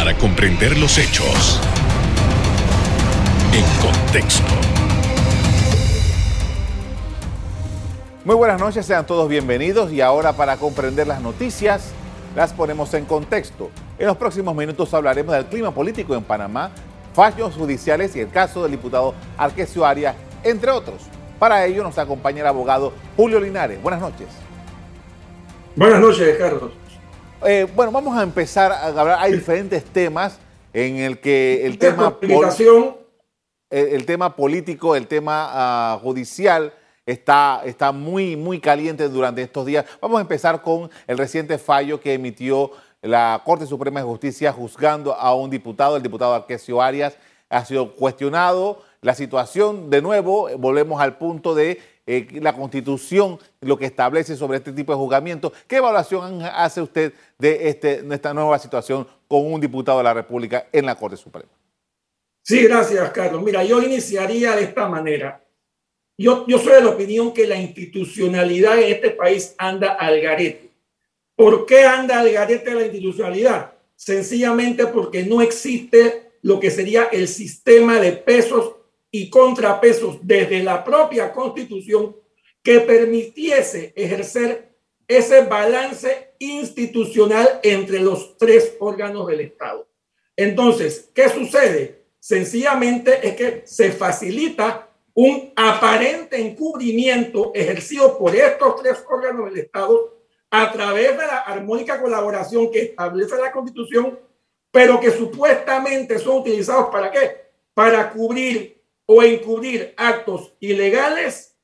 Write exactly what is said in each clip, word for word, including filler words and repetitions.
para comprender los hechos en contexto. Muy buenas noches, sean todos bienvenidos y ahora para comprender las noticias las ponemos en contexto. En los próximos minutos hablaremos del clima político en Panamá, fallos judiciales y el caso del diputado Arquesio Arias, entre otros. Para ello nos acompaña el abogado Julio Linares. Buenas noches. Buenas noches, Carlos. Eh, bueno, vamos a empezar a hablar. Hay diferentes temas en el que el tema, pol el, el tema político, el tema uh, judicial está, está muy, muy caliente durante estos días. Vamos a empezar con el reciente fallo que emitió la Corte Suprema de Justicia juzgando a un diputado, el diputado Arquesio Arias. Ha sido cuestionado la situación. De nuevo, volvemos al punto de eh, la Constitución, lo que establece sobre este tipo de juzgamientos. ¿Qué evaluación hace usted de, este, de esta nueva situación con un diputado de la República en la Corte Suprema? Sí, gracias, Carlos. Mira, yo iniciaría de esta manera. Yo, yo soy de la opinión que la institucionalidad en este país anda al garete. ¿Por qué anda al garete la institucionalidad? Sencillamente porque no existe lo que sería el sistema de pesos y contrapesos desde la propia Constitución que permitiese ejercer ese balance institucional entre los tres órganos del Estado. Entonces, ¿qué sucede? Sencillamente es que se facilita un aparente encubrimiento ejercido por estos tres órganos del Estado a través de la armónica colaboración que establece la Constitución, pero que supuestamente son utilizados ¿para qué? Para cubrir o encubrir actos ilegales,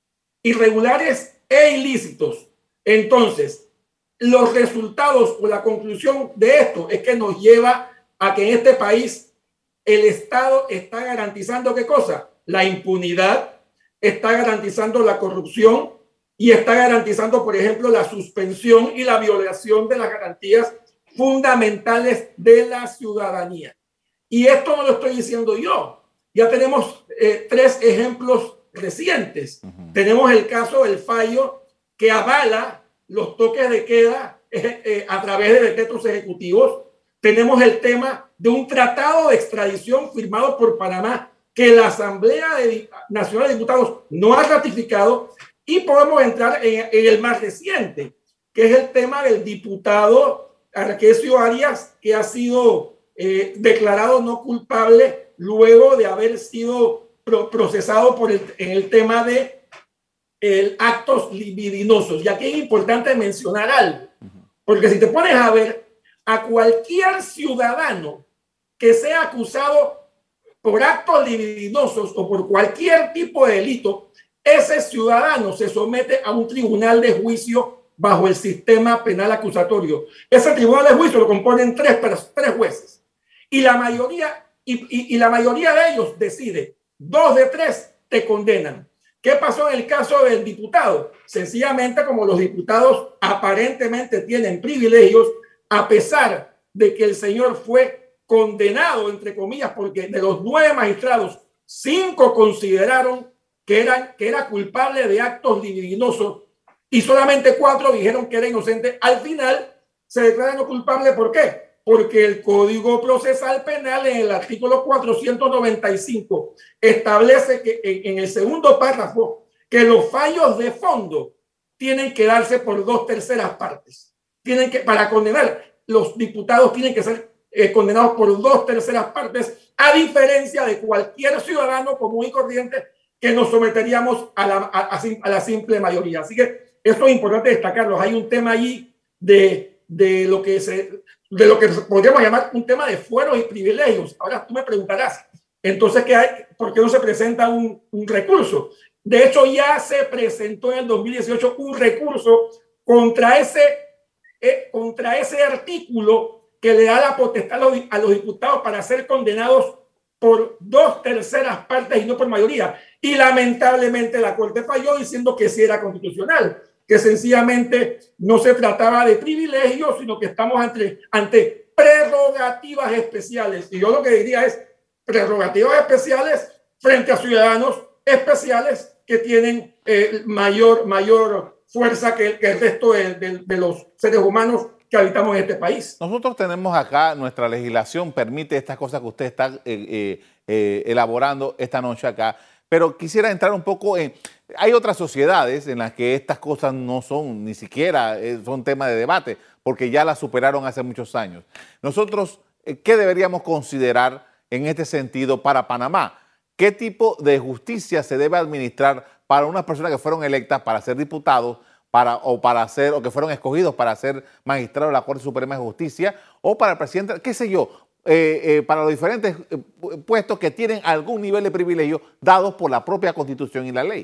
irregulares e ilícitos. Entonces, los resultados o la conclusión de esto es que nos lleva a que en este país el Estado está garantizando ¿qué cosa? La impunidad, está garantizando la corrupción y está garantizando, por ejemplo, la suspensión y la violación de las garantías fundamentales de la ciudadanía. Y esto no lo estoy diciendo yo. Ya tenemos eh, tres ejemplos recientes. Uh-huh. Tenemos el caso del fallo que avala los toques de queda eh, eh, a través de decretos ejecutivos. Tenemos el tema de un tratado de extradición firmado por Panamá que la Asamblea de, Nacional de Diputados no ha ratificado. Y podemos entrar en, en el más reciente, que es el tema del diputado Arquesio Arias, que ha sido eh, declarado no culpable luego de haber sido pro procesado por el, en el tema de el, actos libidinosos. Y aquí es importante mencionar algo, porque si te pones a ver a cualquier ciudadano que sea acusado por actos libidinosos o por cualquier tipo de delito, ese ciudadano se somete a un tribunal de juicio bajo el sistema penal acusatorio. Ese tribunal de juicio lo componen tres, tres jueces y la mayoría y, y, y la mayoría de ellos decide, dos de tres te condenan. ¿Qué pasó en el caso del diputado? Sencillamente, como los diputados aparentemente tienen privilegios, a pesar de que el señor fue condenado, entre comillas, porque de los nueve magistrados, cinco consideraron que, eran, que era culpable de actos libidinosos y solamente cuatro dijeron que era inocente. Al final se declara no culpable. ¿Por qué? Porque el Código Procesal Penal en el artículo cuatrocientos noventa y cinco establece que en, en el segundo párrafo que los fallos de fondo tienen que darse por dos terceras partes. Tienen que, para condenar, los diputados tienen que ser eh, condenados por dos terceras partes, a diferencia de cualquier ciudadano común y corriente que nos someteríamos a la, a, a la simple mayoría. Así que esto es importante destacarlo. Hay un tema allí de, de, lo que se, de lo que podríamos llamar un tema de fueros y privilegios. Ahora tú me preguntarás, entonces, ¿qué hay? ¿Por qué no se presenta un, un recurso? De hecho, ya se presentó en el dos mil dieciocho un recurso contra ese, eh, contra ese artículo que le da la potestad a los, a los diputados para ser condenados por dos terceras partes y no por mayoría. Y lamentablemente la Corte falló diciendo que sí era constitucional, que sencillamente no se trataba de privilegios, sino que estamos ante, ante prerrogativas especiales. Y yo lo que diría es prerrogativas especiales frente a ciudadanos especiales que tienen eh, mayor, mayor fuerza que, que el resto de, de, de los seres humanos que habitamos en este país. Nosotros tenemos acá, nuestra legislación permite estas cosas que usted está eh, eh, eh, elaborando esta noche acá, pero quisiera entrar un poco en... Hay otras sociedades en las que estas cosas no son ni siquiera, eh, son tema de debate, porque ya las superaron hace muchos años. Nosotros, eh, ¿qué deberíamos considerar en este sentido para Panamá? ¿Qué tipo de justicia se debe administrar para unas personas que fueron electas para ser diputados para, o, para ser, o que fueron escogidos para ser magistrados de la Corte Suprema de Justicia o para el presidente, qué sé yo, eh, eh, para los diferentes eh, puestos que tienen algún nivel de privilegio dados por la propia Constitución y la ley?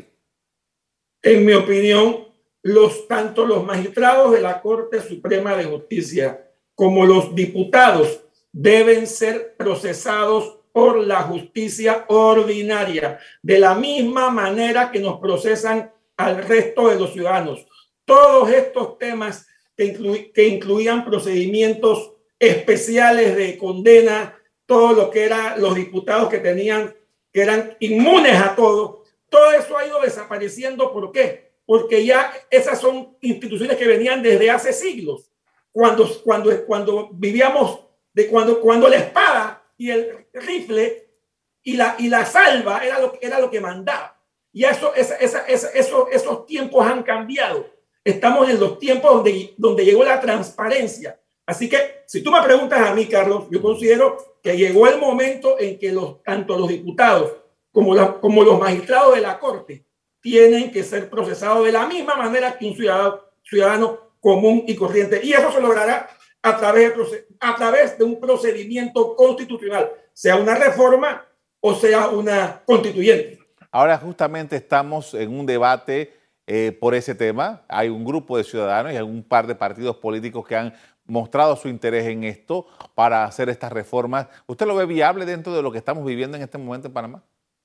En mi opinión, los, tanto los magistrados de la Corte Suprema de Justicia como los diputados deben ser procesados por la justicia ordinaria, de la misma manera que nos procesan al resto de los ciudadanos. Todos estos temas que, inclu que incluían procedimientos especiales de condena, todo lo que eran los diputados que tenían, que eran inmunes a todo, todo eso ha ido desapareciendo. ¿Por qué? Porque ya esas son instituciones que venían desde hace siglos, cuando, cuando, cuando vivíamos, de cuando, cuando la espada y el rifle y la, y la salva era lo, era lo que mandaba. Y eso, esa, esa, esa, eso, esos tiempos han cambiado. Estamos en los tiempos donde, donde llegó la transparencia. Así que, si tú me preguntas a mí, Carlos, yo considero que llegó el momento en que los, tanto los diputados como, la, como los magistrados de la Corte tienen que ser procesados de la misma manera que un ciudadano, ciudadano común y corriente. Y eso se logrará a través, de, a través de un procedimiento constitucional, sea una reforma o sea una constituyente. Ahora justamente estamos en un debate eh, por ese tema. Hay un grupo de ciudadanos y hay un par de partidos políticos que han mostrado su interés en esto para hacer estas reformas. ¿Usted lo ve viable dentro de lo que estamos viviendo en este momento en Panamá?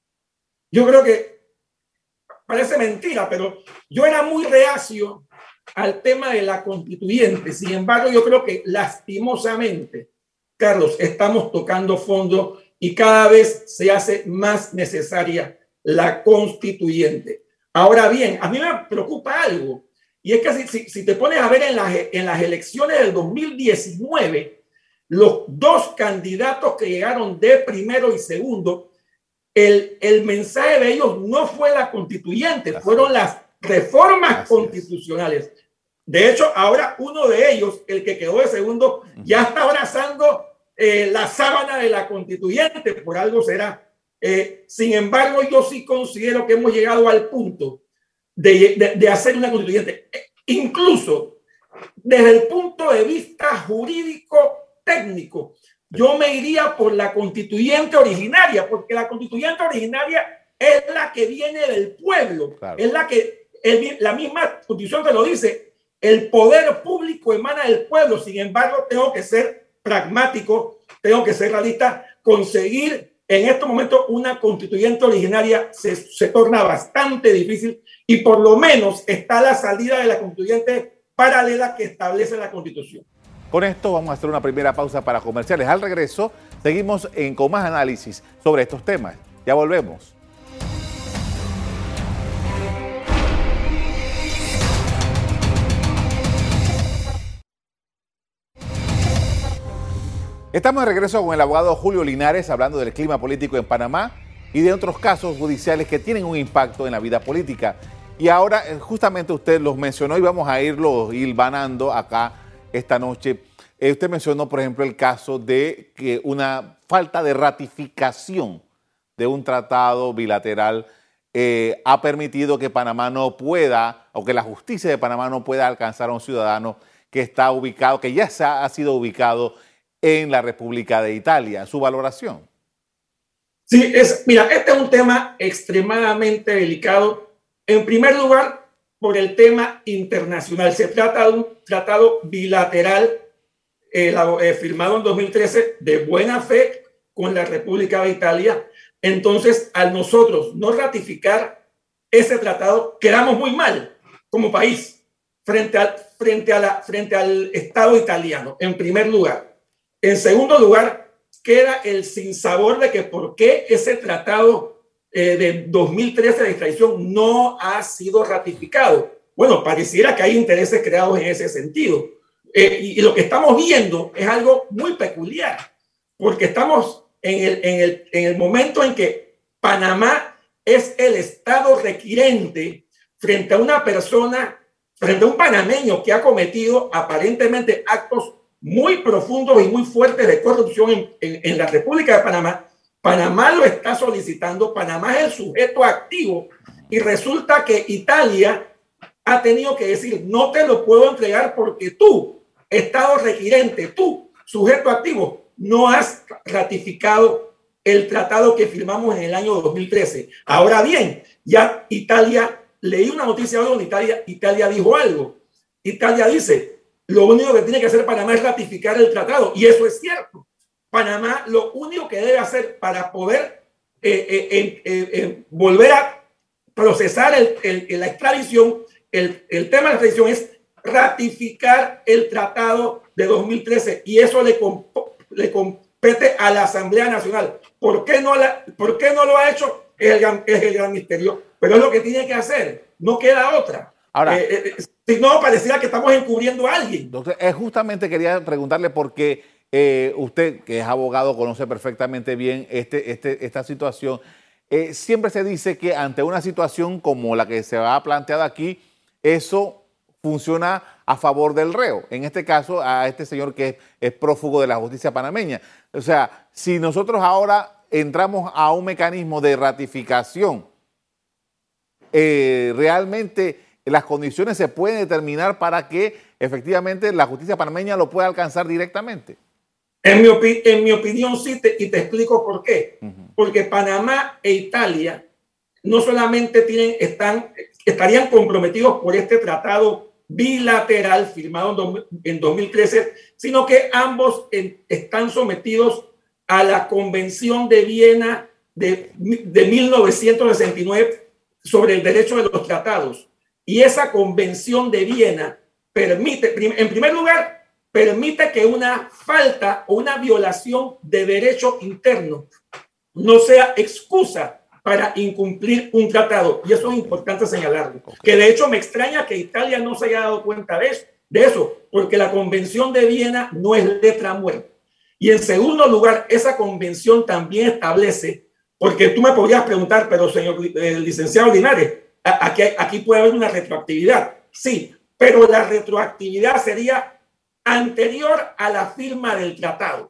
Yo creo que parece mentira, pero yo era muy reacio al tema de la constituyente. Sin embargo, yo creo que lastimosamente, Carlos, estamos tocando fondo y cada vez se hace más necesaria la constituyente. Ahora bien, a mí me preocupa algo, y es que si, si, si te pones a ver en las, en las elecciones del dos mil diecinueve, los dos candidatos que llegaron de primero y segundo, el, el mensaje de ellos no fue la constituyente, Así fueron es. las reformas Así constitucionales. Es. De hecho, ahora uno de ellos, el que quedó de segundo, uh-huh. ya está abrazando eh, la sábana de la constituyente, por algo será. Eh, sin embargo, yo sí considero que hemos llegado al punto de, de, de hacer una constituyente. Eh, incluso desde el punto de vista jurídico técnico, yo me iría por la constituyente originaria, porque la constituyente originaria es la que viene del pueblo, claro. es la que el, la misma constitución te lo dice, el poder público emana del pueblo. Sin embargo, tengo que ser pragmático, tengo que ser realista, conseguir en estos momentos una constituyente originaria se, se torna bastante difícil y por lo menos está la salida de la constituyente paralela que establece la Constitución. Con esto vamos a hacer una primera pausa para comerciales. Al regreso seguimos en, con más análisis sobre estos temas. Ya volvemos. Estamos de regreso con el abogado Julio Linares hablando del clima político en Panamá y de otros casos judiciales que tienen un impacto en la vida política. Y ahora justamente usted los mencionó y vamos a irlo hilvanando acá esta noche. Eh, usted mencionó, por ejemplo, el caso de que una falta de ratificación de un tratado bilateral eh, ha permitido que Panamá no pueda, o que la justicia de Panamá no pueda alcanzar a un ciudadano que está ubicado, que ya se ha, ha sido ubicado en la República de Italia. ¿Su valoración? Sí, es, mira, este es un tema extremadamente delicado. En primer lugar, por el tema internacional. Se trata de un tratado bilateral eh, la, eh, firmado en dos mil trece de buena fe con la República de Italia. Entonces, al nosotros no ratificar ese tratado, quedamos muy mal como país frente al, frente a la, frente al Estado italiano, en primer lugar. En segundo lugar, queda el sinsabor de que por qué ese tratado eh, de dos mil trece de extradición no ha sido ratificado. Bueno, pareciera que hay intereses creados en ese sentido. Eh, y, y lo que estamos viendo es algo muy peculiar, porque estamos en el, en el, en el momento en que Panamá es el estado requirente frente a una persona, frente a un panameño que ha cometido aparentemente actos muy profundos y muy fuertes de corrupción en, en, en la República de Panamá. Panamá lo está solicitando, Panamá es el sujeto activo y resulta que Italia ha tenido que decir, no te lo puedo entregar porque tú, estado requirente, tú, sujeto activo, no has ratificado el tratado que firmamos en el año dos mil trece. Ahora bien, ya Italia, leí una noticia hoy donde Italia, Italia dijo algo. Italia dice, lo único que tiene que hacer Panamá es ratificar el tratado, y eso es cierto. Panamá lo único que debe hacer para poder eh, eh, eh, eh, volver a procesar el, el, la extradición, el, el tema de la extradición es ratificar el tratado de dos mil trece, y eso le, comp le compete a la Asamblea Nacional. ¿Por qué no, la, por qué no lo ha hecho? Es el, gran, es el gran misterio, pero es lo que tiene que hacer, no queda otra. Ahora, eh, eh, si no, pareciera que estamos encubriendo a alguien. Doctor, eh, justamente quería preguntarle porque eh, usted, que es abogado, conoce perfectamente bien este, este, esta situación. Eh, siempre se dice que ante una situación como la que se ha planteado aquí, eso funciona a favor del reo. En este caso, a este señor que es, es prófugo de la justicia panameña. O sea, si nosotros ahora entramos a un mecanismo de ratificación, eh, realmente las condiciones se pueden determinar para que efectivamente la justicia panameña lo pueda alcanzar directamente. En mi, opi en mi opinión sí, te, y te explico por qué. Uh-huh. Porque Panamá e Italia no solamente tienen, están, estarían comprometidos por este tratado bilateral firmado en dos mil trece, sino que ambos en, están sometidos a la Convención de Viena de, de mil novecientos sesenta y nueve sobre el derecho de los tratados. Y esa Convención de Viena permite, en primer lugar, permite que una falta o una violación de derecho interno no sea excusa para incumplir un tratado. Y eso es importante señalarlo. Okay. Que de hecho me extraña que Italia no se haya dado cuenta de eso, de eso, porque la Convención de Viena no es letra muerta. Y en segundo lugar, esa convención también establece, porque tú me podrías preguntar, pero señor eh, licenciado Linares, aquí, aquí puede haber una retroactividad. Sí, pero la retroactividad sería anterior a la firma del tratado.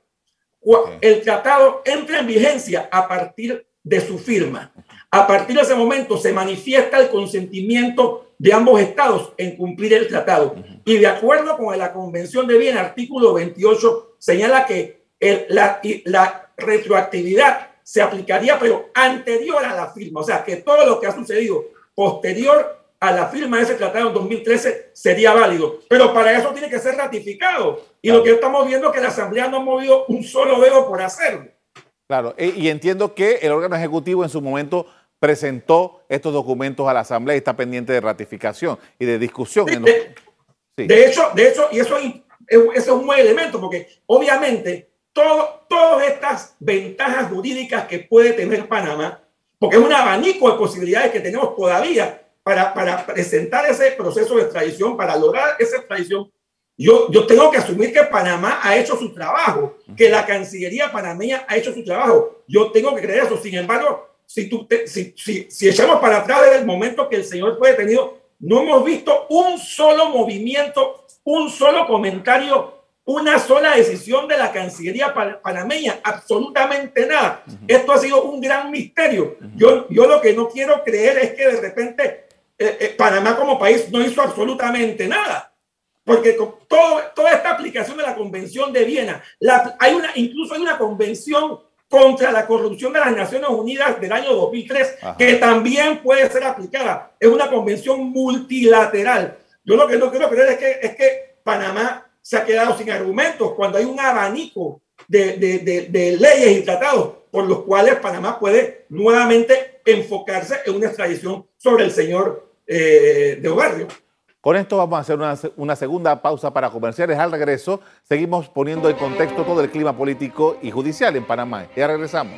El tratado entra en vigencia a partir de su firma. A partir de ese momento se manifiesta el consentimiento de ambos estados en cumplir el tratado. Y de acuerdo con la Convención de Viena, artículo veintiocho, señala que el, la, la retroactividad se aplicaría, pero anterior a la firma. O sea, que todo lo que ha sucedido posterior a la firma de ese tratado en dos mil trece sería válido. Pero para eso tiene que ser ratificado. Y claro, lo que estamos viendo es que la Asamblea no ha movido un solo dedo por hacerlo. Claro, y entiendo que el órgano ejecutivo en su momento presentó estos documentos a la Asamblea y está pendiente de ratificación y de discusión. Sí, de, sí. de hecho, de hecho, y eso, eso es un buen elemento, porque obviamente todo, todas estas ventajas jurídicas que puede tener Panamá, porque es un abanico de posibilidades que tenemos todavía para, para presentar ese proceso de extradición, para lograr esa extradición, Yo, yo tengo que asumir que Panamá ha hecho su trabajo, que la Cancillería panameña ha hecho su trabajo. Yo tengo que creer eso. Sin embargo, si, tú te, si, si, si echamos para atrás desde el momento que el señor fue detenido, no hemos visto un solo movimiento, un solo comentario, una sola decisión de la Cancillería panameña, absolutamente nada. Uh-huh. Esto ha sido un gran misterio. Uh-huh. Yo, yo lo que no quiero creer es que de repente eh, eh, Panamá como país no hizo absolutamente nada. Porque con todo, toda esta aplicación de la Convención de Viena, la, hay una, incluso hay una convención contra la corrupción de las Naciones Unidas del año dos mil tres, Ajá. que también puede ser aplicada. Es una convención multilateral. Yo lo que no quiero creer es que, es que Panamá se ha quedado sin argumentos cuando hay un abanico de, de, de, de leyes y tratados por los cuales Panamá puede nuevamente enfocarse en una extradición sobre el señor eh, de Obarrio. Con esto vamos a hacer una, una segunda pausa para comerciales. Al regreso, seguimos poniendo en contexto todo el clima político y judicial en Panamá. Ya regresamos.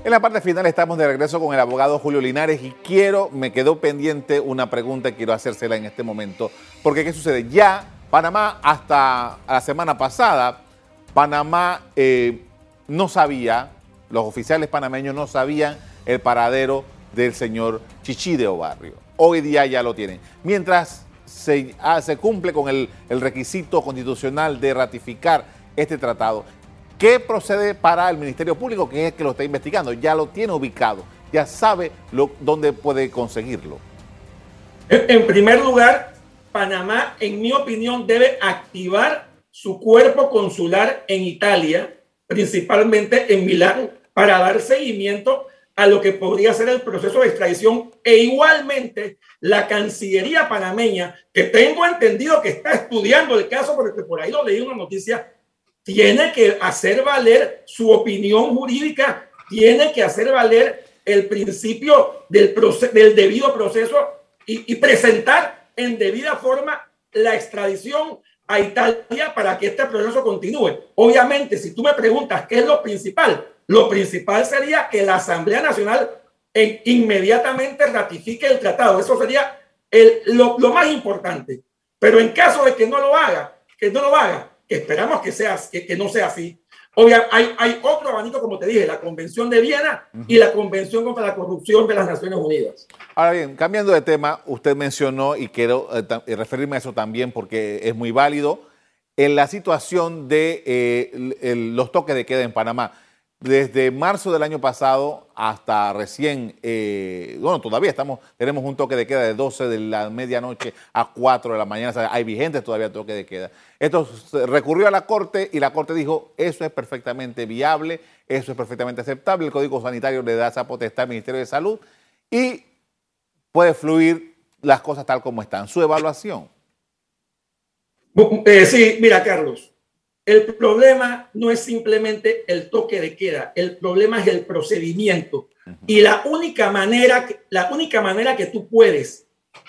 En la parte final estamos de regreso con el abogado Julio Linares y quiero, me quedó pendiente una pregunta y quiero hacérsela en este momento. Porque ¿qué sucede? Ya Panamá hasta la semana pasada, Panamá eh, no sabía, los oficiales panameños no sabían el paradero del señor Chichideo Barrio. Hoy día ya lo tienen. Mientras se, ah, se cumple con el, el requisito constitucional de ratificar este tratado, ¿qué procede para el Ministerio Público, que es el que lo está investigando? Ya lo tiene ubicado, ya sabe lo, dónde puede conseguirlo. En primer lugar, Panamá, en mi opinión, debe activar su cuerpo consular en Italia, principalmente en Milán, para dar seguimiento a lo que podría ser el proceso de extradición, e igualmente la Cancillería panameña, que tengo entendido que está estudiando el caso, porque por ahí lo leí en una noticia, tiene que hacer valer su opinión jurídica, tiene que hacer valer el principio del, proce- del debido proceso y, y presentar en debida forma la extradición a Italia para que este proceso continúe. Obviamente, si tú me preguntas qué es lo principal, lo principal sería que la Asamblea Nacional en, inmediatamente ratifique el tratado. Eso sería el, lo, lo más importante. Pero en caso de que no lo haga, que no lo haga, esperamos que, sea, que, que no sea así. Obvio, hay, hay otro abanico, como te dije, la Convención de Viena uh-huh. y la Convención contra la Corrupción de las Naciones Unidas. Ahora bien, cambiando de tema, usted mencionó, y quiero eh, referirme a eso también porque es muy válido, en la situación de eh, el, el, los toques de queda en Panamá. Desde marzo del año pasado hasta recién, eh, bueno, todavía estamos, tenemos un toque de queda de doce de la medianoche a cuatro de la mañana, o sea, hay vigentes todavía toque de queda. Esto recurrió a la Corte y la Corte dijo, eso es perfectamente viable, eso es perfectamente aceptable, el Código Sanitario le da esa potestad al Ministerio de Salud y puede fluir las cosas tal como están. Su evaluación. Eh, sí, mira, Carlos. El problema no es simplemente el toque de queda, el problema es el procedimiento. Uh-huh. Y la única manera, la única manera que tú puedes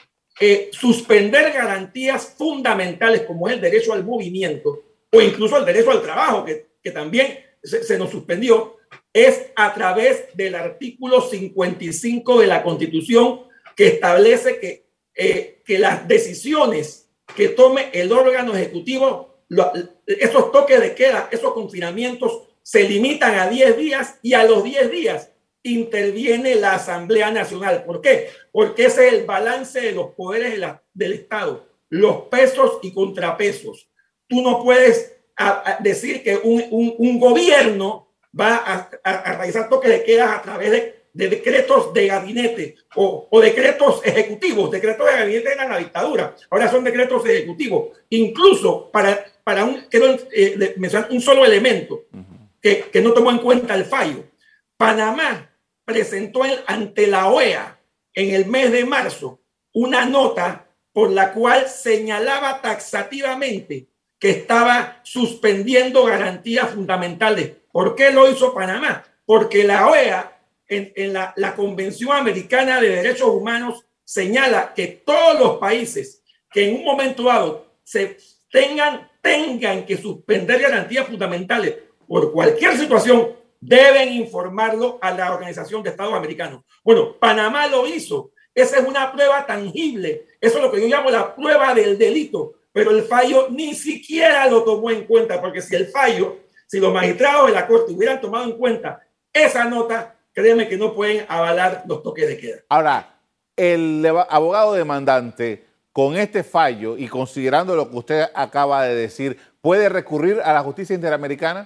eh, suspender garantías fundamentales como es el derecho al movimiento o incluso el derecho al trabajo, que, que también se, se nos suspendió, es a través del artículo cincuenta y cinco de la Constitución, que establece que, eh, que las decisiones que tome el órgano ejecutivo, esos toques de queda, esos confinamientos se limitan a diez días y a los diez días interviene la Asamblea Nacional. ¿Por qué? Porque ese es el balance de los poderes de la, del Estado, los pesos y contrapesos. Tú no puedes a, a decir que un, un, un gobierno va a, a, a realizar toques de queda a través de, de decretos de gabinete o, o decretos ejecutivos. Decretos de gabinete eran la dictadura, ahora son decretos ejecutivos. Incluso para... Para un, quiero eh, mencionar un solo elemento que, que no tomó en cuenta el fallo. Panamá presentó el, ante la O E A en el mes de marzo una nota por la cual señalaba taxativamente que estaba suspendiendo garantías fundamentales. ¿Por qué lo hizo Panamá? Porque la O E A, en, en la, la Convención Americana de Derechos Humanos, señala que todos los países que en un momento dado se tengan tengan que suspender garantías fundamentales por cualquier situación, deben informarlo a la Organización de Estados Americanos. Bueno, Panamá lo hizo. Esa es una prueba tangible. Eso es lo que yo llamo la prueba del delito. Pero el fallo ni siquiera lo tomó en cuenta, porque si el fallo, si los magistrados de la Corte hubieran tomado en cuenta esa nota, créeme que no pueden avalar los toques de queda. Ahora, el abogado demandante, con este fallo y considerando lo que usted acaba de decir, ¿puede recurrir a la justicia interamericana?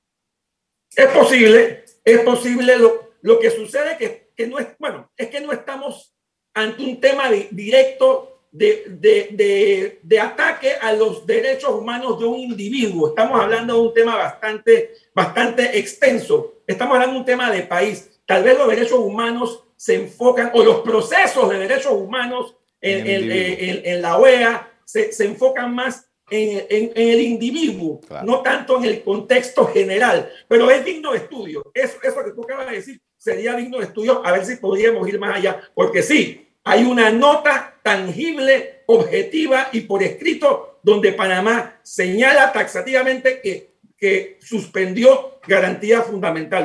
Es posible, es posible. Lo, lo que sucede que, que no es, bueno, es que no estamos ante un tema de, directo de, de, de, de ataque a los derechos humanos de un individuo. Estamos hablando de un tema bastante, bastante extenso. Estamos hablando de un tema de país. Tal vez los derechos humanos se enfocan, o los procesos de derechos humanos En, en, en, en la O E A se, se enfocan más en, en, en el individuo, claro, no tanto en el contexto general, pero es digno de estudio. Eso, eso que tú acabas de decir sería digno de estudio, a ver si podríamos ir más allá, porque sí, hay una nota tangible, objetiva y por escrito donde Panamá señala taxativamente que, que suspendió garantías fundamentales.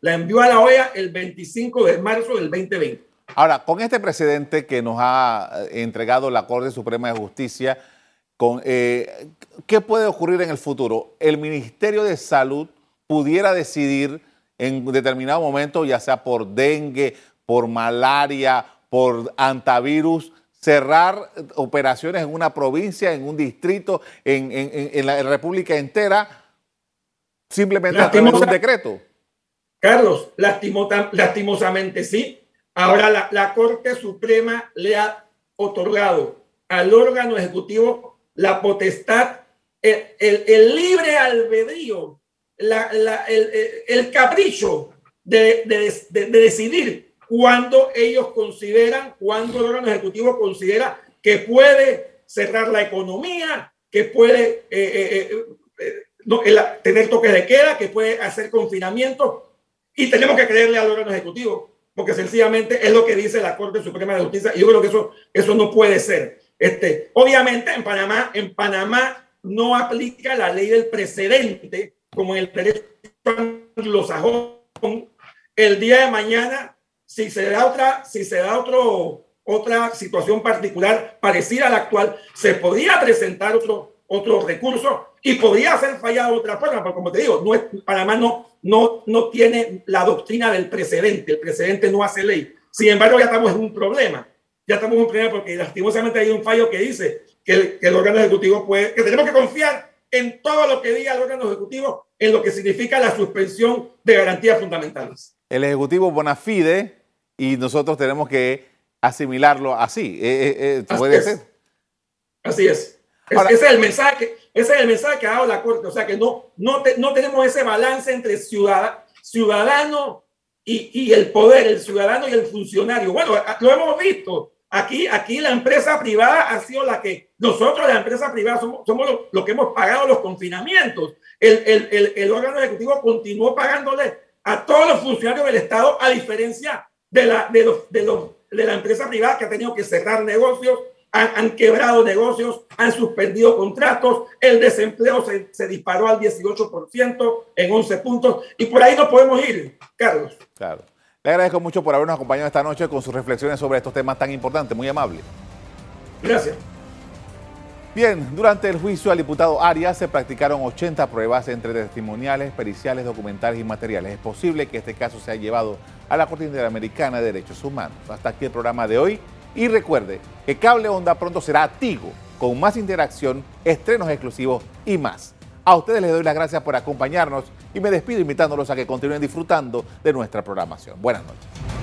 la envió a la O E A el veinticinco de marzo del veinte veinte. Ahora, con este precedente que nos ha entregado la Corte Suprema de Justicia, con, eh, ¿qué puede ocurrir en el futuro? El Ministerio de Salud pudiera decidir en determinado momento, ya sea por dengue, por malaria, por antivirus, cerrar operaciones en una provincia, en un distrito, en, en, en la República entera, simplemente a través de un decreto. Carlos, lastimosa, lastimosamente sí. Ahora la, la Corte Suprema le ha otorgado al órgano ejecutivo la potestad, el, el, el libre albedrío, la, la, el, el capricho de, de, de, de decidir cuándo ellos consideran, cuándo el órgano ejecutivo considera que puede cerrar la economía, que puede eh, eh, eh, no, el, tener toques de queda, que puede hacer confinamiento, y tenemos que creerle al órgano ejecutivo, porque sencillamente es lo que dice la Corte Suprema de Justicia, y yo creo que eso, eso no puede ser. Este, obviamente en Panamá, en Panamá no aplica la ley del precedente como en el derecho anglosajón. El día de mañana, si se da otra, si se da otro, otra situación particular parecida a la actual, se podría presentar otro, otro recurso y podría ser fallado de otra forma, pero como te digo, no es, Panamá no, no, no tiene la doctrina del precedente, el precedente no hace ley. Sin embargo, ya estamos en un problema, ya estamos en un problema porque lastimosamente hay un fallo que dice que el, que el órgano ejecutivo puede, que tenemos que confiar en todo lo que diga el órgano ejecutivo, en lo que significa la suspensión de garantías fundamentales. El Ejecutivo bona fide y nosotros tenemos que asimilarlo así. Eh, eh, así ¿Puede es. ser? Así es. Ahora, ese, es el mensaje, ese es el mensaje que ha dado la Corte. O sea, que no, no, te, no tenemos ese balance entre ciudadano, ciudadano y, y el poder, el ciudadano y el funcionario. Bueno, lo hemos visto. Aquí, aquí la empresa privada ha sido la que, nosotros la empresa privada somos, somos los lo que hemos pagado los confinamientos. El, el, el, el órgano ejecutivo continuó pagándole a todos los funcionarios del Estado, a diferencia de la, de los, de los, de la empresa privada que ha tenido que cerrar negocios, han, han quebrado negocios, han suspendido contratos, el desempleo se, se disparó al dieciocho por ciento en once puntos, y por ahí no podemos ir, Carlos. Claro. Le agradezco mucho por habernos acompañado esta noche con sus reflexiones sobre estos temas tan importantes. Muy amable. Gracias. Bien, durante el juicio al diputado Arias se practicaron ochenta pruebas entre testimoniales, periciales, documentales y materiales. Es posible que este caso sea llevado a la Corte Interamericana de Derechos Humanos. Hasta aquí el programa de hoy. Y recuerde que Cable Onda pronto será Tigo, con más interacción, estrenos exclusivos y más. A ustedes les doy las gracias por acompañarnos y me despido invitándolos a que continúen disfrutando de nuestra programación. Buenas noches.